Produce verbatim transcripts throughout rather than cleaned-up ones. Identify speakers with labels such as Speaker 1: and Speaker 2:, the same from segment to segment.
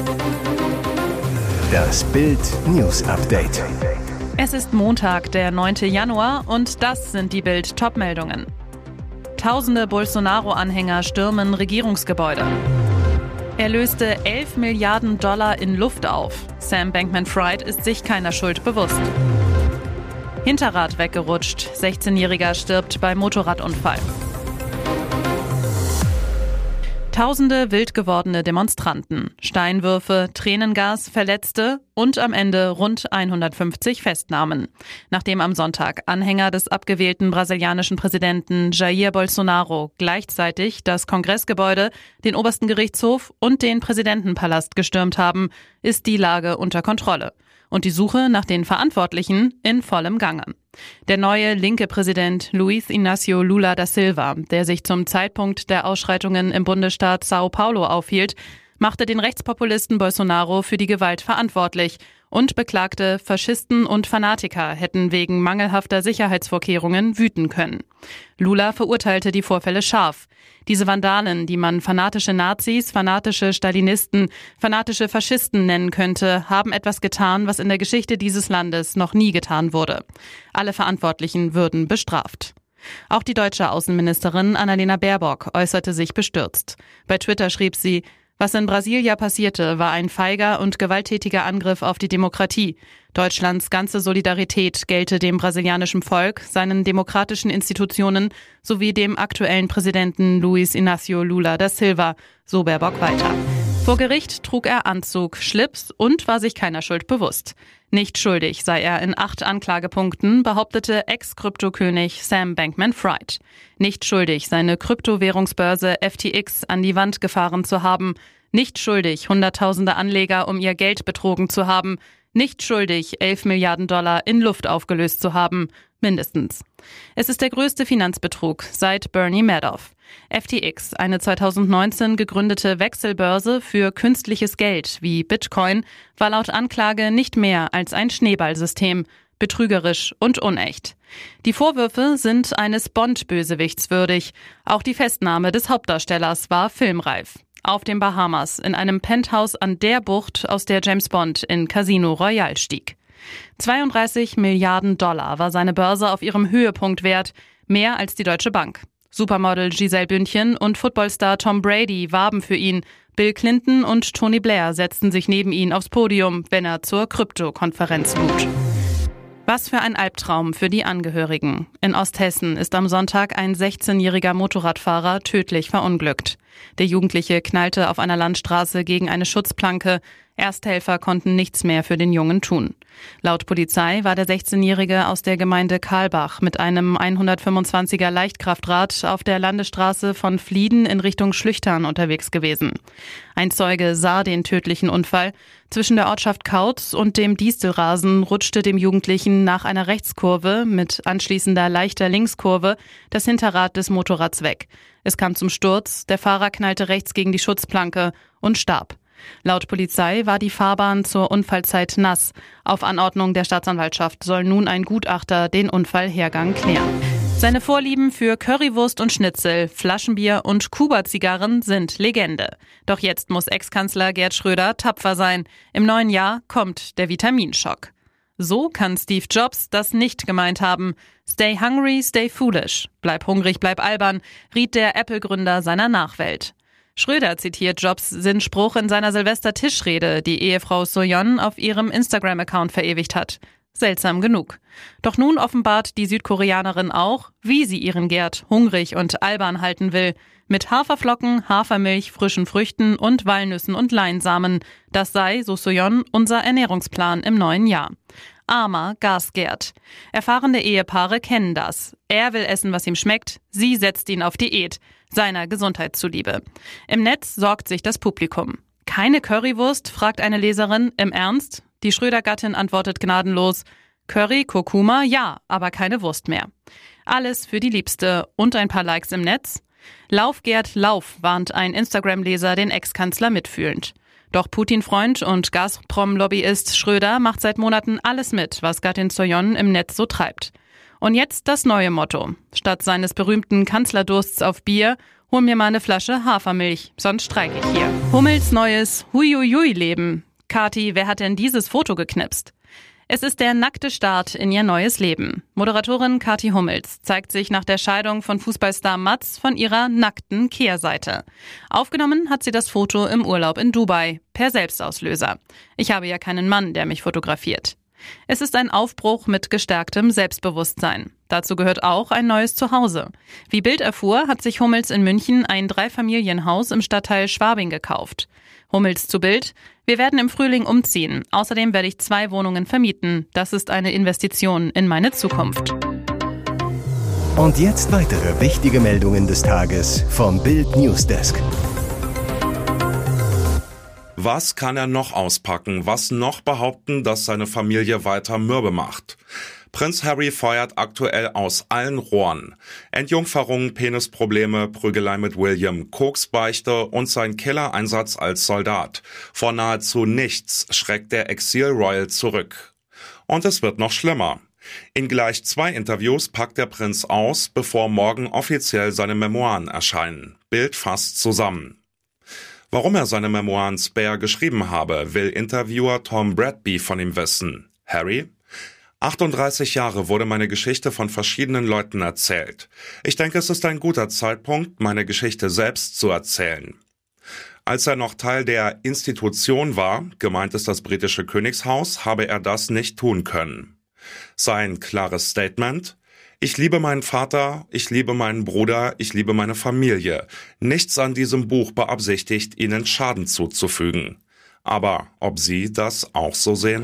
Speaker 1: Das Bild News Update.
Speaker 2: Es ist Montag, der neunte Januar, und das sind die Bild-Top-Meldungen. Tausende Bolsonaro-Anhänger stürmen Regierungsgebäude. Er löste elf Milliarden Dollar in Luft auf. Sam Bankman-Fried ist sich keiner Schuld bewusst. Hinterrad weggerutscht. sechzehnjähriger stirbt bei Motorradunfall. Tausende wild gewordene Demonstranten, Steinwürfe, Tränengas, Verletzte und am Ende rund hundertfünfzig Festnahmen. Nachdem am Sonntag Anhänger des abgewählten brasilianischen Präsidenten Jair Bolsonaro gleichzeitig das Kongressgebäude, den obersten Gerichtshof und den Präsidentenpalast gestürmt haben, ist die Lage unter Kontrolle und die Suche nach den Verantwortlichen in vollem Gange. Der neue linke Präsident Luiz Inácio Lula da Silva, der sich zum Zeitpunkt der Ausschreitungen im Bundesstaat São Paulo aufhielt, machte den Rechtspopulisten Bolsonaro für die Gewalt verantwortlich und beklagte, Faschisten und Fanatiker hätten wegen mangelhafter Sicherheitsvorkehrungen wüten können. Lula verurteilte die Vorfälle scharf. Diese Vandalen, die man fanatische Nazis, fanatische Stalinisten, fanatische Faschisten nennen könnte, haben etwas getan, was in der Geschichte dieses Landes noch nie getan wurde. Alle Verantwortlichen würden bestraft. Auch die deutsche Außenministerin Annalena Baerbock äußerte sich bestürzt. Bei Twitter schrieb sie: Was in Brasilia passierte, war ein feiger und gewalttätiger Angriff auf die Demokratie. Deutschlands ganze Solidarität gelte dem brasilianischen Volk, seinen demokratischen Institutionen sowie dem aktuellen Präsidenten Luiz Inácio Lula da Silva, so Baerbock weiter. Vor Gericht trug er Anzug, Schlips und war sich keiner Schuld bewusst. Nicht schuldig sei er in acht Anklagepunkten, behauptete Ex-Kryptokönig Sam Bankman-Fried. Nicht schuldig, seine Kryptowährungsbörse F T X an die Wand gefahren zu haben. Nicht schuldig, hunderttausende Anleger um ihr Geld betrogen zu haben. Nicht schuldig, elf Milliarden Dollar in Luft aufgelöst zu haben. Mindestens. Es ist der größte Finanzbetrug seit Bernie Madoff. F T X, eine zweitausendneunzehn gegründete Wechselbörse für künstliches Geld wie Bitcoin, war laut Anklage nicht mehr als ein Schneeballsystem, betrügerisch und unecht. Die Vorwürfe sind eines Bond-Bösewichts würdig. Auch die Festnahme des Hauptdarstellers war filmreif. Auf den Bahamas, in einem Penthouse an der Bucht, aus der James Bond in Casino Royale stieg. zweiunddreißig Milliarden Dollar war seine Börse auf ihrem Höhepunkt wert, mehr als die Deutsche Bank. Supermodel Giselle Bündchen und Footballstar Tom Brady warben für ihn. Bill Clinton und Tony Blair setzten sich neben ihn aufs Podium, wenn er zur Krypto-Konferenz lud. Was für ein Albtraum für die Angehörigen. In Osthessen ist am Sonntag ein sechzehnjähriger Motorradfahrer tödlich verunglückt. Der Jugendliche knallte auf einer Landstraße gegen eine Schutzplanke. Ersthelfer konnten nichts mehr für den Jungen tun. Laut Polizei war der sechzehnjährige aus der Gemeinde Karlbach mit einem hundertfünfundzwanziger Leichtkraftrad auf der Landesstraße von Flieden in Richtung Schlüchtern unterwegs gewesen. Ein Zeuge sah den tödlichen Unfall. Zwischen der Ortschaft Kautz und dem Distelrasen rutschte dem Jugendlichen nach einer Rechtskurve mit anschließender leichter Linkskurve das Hinterrad des Motorrads weg. Es kam zum Sturz, der Fahrer knallte rechts gegen die Schutzplanke und starb. Laut Polizei war die Fahrbahn zur Unfallzeit nass. Auf Anordnung der Staatsanwaltschaft soll nun ein Gutachter den Unfallhergang klären. Seine Vorlieben für Currywurst und Schnitzel, Flaschenbier und Kuba-Zigarren sind Legende. Doch jetzt muss Ex-Kanzler Gerd Schröder tapfer sein. Im neuen Jahr kommt der Vitaminschock. So kann Steve Jobs das nicht gemeint haben. Stay hungry, stay foolish. Bleib hungrig, bleib albern, riet der Apple-Gründer seiner Nachwelt. Schröder zitiert Jobs Sinnspruch in seiner Silvester-Tischrede, die Ehefrau Soyeon auf ihrem Instagram-Account verewigt hat. Seltsam genug. Doch nun offenbart die Südkoreanerin auch, wie sie ihren Gerd hungrig und albern halten will. Mit Haferflocken, Hafermilch, frischen Früchten und Walnüssen und Leinsamen. Das sei, so Soyeon, unser Ernährungsplan im neuen Jahr. Armer Gasgerd. Erfahrene Ehepaare kennen das. Er will essen, was ihm schmeckt. Sie setzt ihn auf Diät. Seiner Gesundheit zuliebe. Im Netz sorgt sich das Publikum. Keine Currywurst, fragt eine Leserin. Im Ernst? Die Schröder-Gattin antwortet gnadenlos. Curry, Kurkuma, ja, aber keine Wurst mehr. Alles für die Liebste und ein paar Likes im Netz. Lauf, Gerd, lauf, warnt ein Instagram-Leser den Ex-Kanzler mitfühlend. Doch Putin-Freund und Gazprom-Lobbyist Schröder macht seit Monaten alles mit, was Gattin Soyeon im Netz so treibt. Und jetzt das neue Motto. Statt seines berühmten Kanzlerdursts auf Bier Hol mir mal eine Flasche Hafermilch, sonst streike ich hier. Hummels neues Huiuiui-Leben. Kathi, wer hat denn dieses Foto geknipst? Es ist der nackte Start in ihr neues Leben. Moderatorin Kathi Hummels zeigt sich nach der Scheidung von Fußballstar Mats von ihrer nackten Kehrseite. Aufgenommen hat sie das Foto im Urlaub in Dubai, per Selbstauslöser. Ich habe ja keinen Mann, der mich fotografiert. Es ist ein Aufbruch mit gestärktem Selbstbewusstsein. Dazu gehört auch ein neues Zuhause. Wie Bild erfuhr, hat sich Hummels in München ein Dreifamilienhaus im Stadtteil Schwabing gekauft. Hummels zu Bild: Wir werden im Frühling umziehen. Außerdem werde ich zwei Wohnungen vermieten. Das ist eine Investition in meine Zukunft.
Speaker 1: Und jetzt weitere wichtige Meldungen des Tages vom Bild Newsdesk.
Speaker 3: Was kann er noch auspacken? Was noch behaupten, dass seine Familie weiter mürbe macht? Prinz Harry feuert aktuell aus allen Rohren. Entjungferung, Penisprobleme, Prügelei mit William, Koksbeichte und sein Killereinsatz als Soldat. Vor nahezu nichts schreckt der Exil-Royal zurück. Und es wird noch schlimmer. In gleich zwei Interviews packt der Prinz aus, bevor morgen offiziell seine Memoiren erscheinen. Bild fasst zusammen. Warum er seine Memoiren Spare geschrieben habe, will Interviewer Tom Bradby von ihm wissen. Harry: achtunddreißig Jahre wurde meine Geschichte von verschiedenen Leuten erzählt. Ich denke, es ist ein guter Zeitpunkt, meine Geschichte selbst zu erzählen. Als er noch Teil der Institution war, gemeint ist das britische Königshaus, habe er das nicht tun können. Sein klares Statement: Ich liebe meinen Vater, ich liebe meinen Bruder, ich liebe meine Familie. Nichts an diesem Buch beabsichtigt, ihnen Schaden zuzufügen. Aber ob Sie das auch so sehen?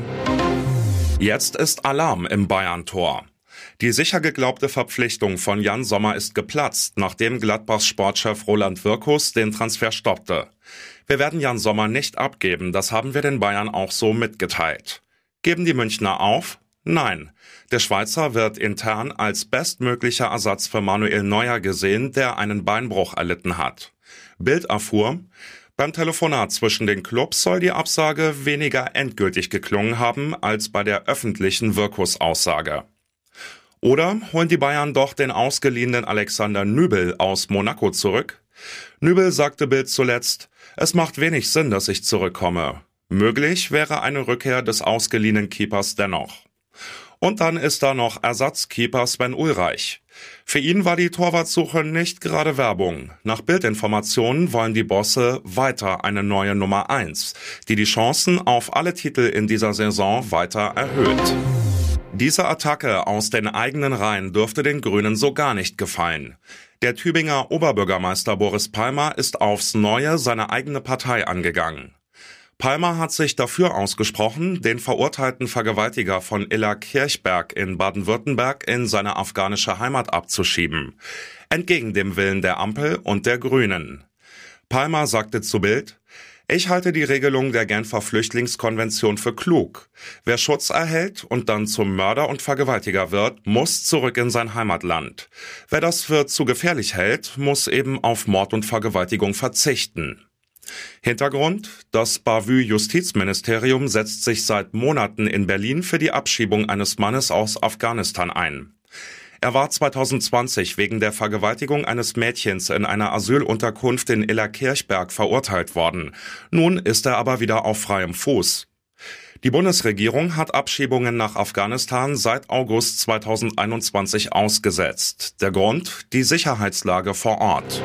Speaker 3: Jetzt ist Alarm im Bayern-Tor. Die sicher geglaubte Verpflichtung von Jan Sommer ist geplatzt, nachdem Gladbachs Sportchef Roland Wirkus den Transfer stoppte. Wir werden Jan Sommer nicht abgeben, das haben wir den Bayern auch so mitgeteilt. Geben die Münchner auf? Nein. Der Schweizer wird intern als bestmöglicher Ersatz für Manuel Neuer gesehen, der einen Beinbruch erlitten hat. Bild erfuhr: Beim Telefonat zwischen den Clubs soll die Absage weniger endgültig geklungen haben als bei der öffentlichen Wirkus-Aussage. Oder holen die Bayern doch den ausgeliehenen Alexander Nübel aus Monaco zurück? Nübel sagte Bild zuletzt: Es macht wenig Sinn, dass ich zurückkomme. Möglich wäre eine Rückkehr des ausgeliehenen Keepers dennoch. Und dann ist da noch Ersatzkeeper Sven Ulreich. Für ihn war die Torwartsuche nicht gerade Werbung. Nach Bildinformationen wollen die Bosse weiter eine neue Nummer eins, die die Chancen auf alle Titel in dieser Saison weiter erhöht. Diese Attacke aus den eigenen Reihen dürfte den Grünen so gar nicht gefallen. Der Tübinger Oberbürgermeister Boris Palmer ist aufs Neue seine eigene Partei angegangen. Palmer hat sich dafür ausgesprochen, den verurteilten Vergewaltiger von Iller Kirchberg in Baden-Württemberg in seine afghanische Heimat abzuschieben. Entgegen dem Willen der Ampel und der Grünen. Palmer sagte zu Bild: Ich halte die Regelung der Genfer Flüchtlingskonvention für klug. Wer Schutz erhält und dann zum Mörder und Vergewaltiger wird, muss zurück in sein Heimatland. Wer das für zu gefährlich hält, muss eben auf Mord und Vergewaltigung verzichten. Hintergrund: Das Bavü-Justizministerium setzt sich seit Monaten in Berlin für die Abschiebung eines Mannes aus Afghanistan ein. Er war zwanzig zwanzig wegen der Vergewaltigung eines Mädchens in einer Asylunterkunft in Illerkirchberg verurteilt worden. Nun ist er aber wieder auf freiem Fuß. Die Bundesregierung hat Abschiebungen nach Afghanistan seit August zweitausendeinundzwanzig ausgesetzt. Der Grund: die Sicherheitslage vor Ort.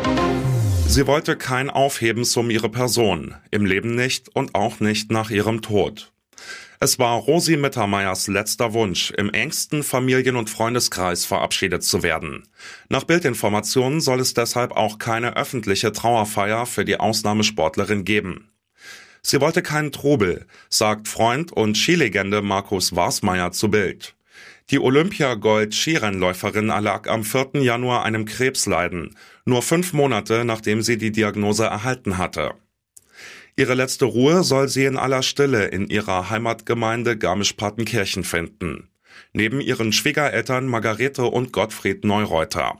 Speaker 3: Sie wollte kein Aufhebens um ihre Person, im Leben nicht und auch nicht nach ihrem Tod. Es war Rosi Mittermeiers letzter Wunsch, im engsten Familien- und Freundeskreis verabschiedet zu werden. Nach Bildinformationen soll es deshalb auch keine öffentliche Trauerfeier für die Ausnahmesportlerin geben. Sie wollte keinen Trubel, sagt Freund und Skilegende Markus Warsmeier zu Bild. Die Olympia-Gold-Skirennläuferin erlag am vierten Januar einem Krebsleiden, nur fünf Monate nachdem sie die Diagnose erhalten hatte. Ihre letzte Ruhe soll sie in aller Stille in ihrer Heimatgemeinde Garmisch-Partenkirchen finden, neben ihren Schwiegereltern Margarete und Gottfried Neureuter.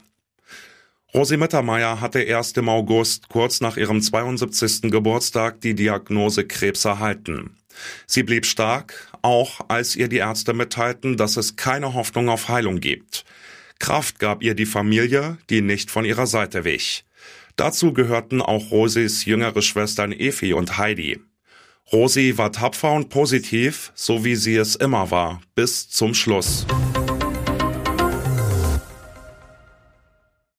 Speaker 3: Rosi Mittermeier hatte erst im August, kurz nach ihrem zweiundsiebzigsten Geburtstag, die Diagnose Krebs erhalten. Sie blieb stark, auch als ihr die Ärzte mitteilten, dass es keine Hoffnung auf Heilung gibt. Kraft gab ihr die Familie, die nicht von ihrer Seite wich. Dazu gehörten auch Rosis jüngere Schwestern Evi und Heidi. Rosi war tapfer und positiv, so wie sie es immer war, bis zum Schluss.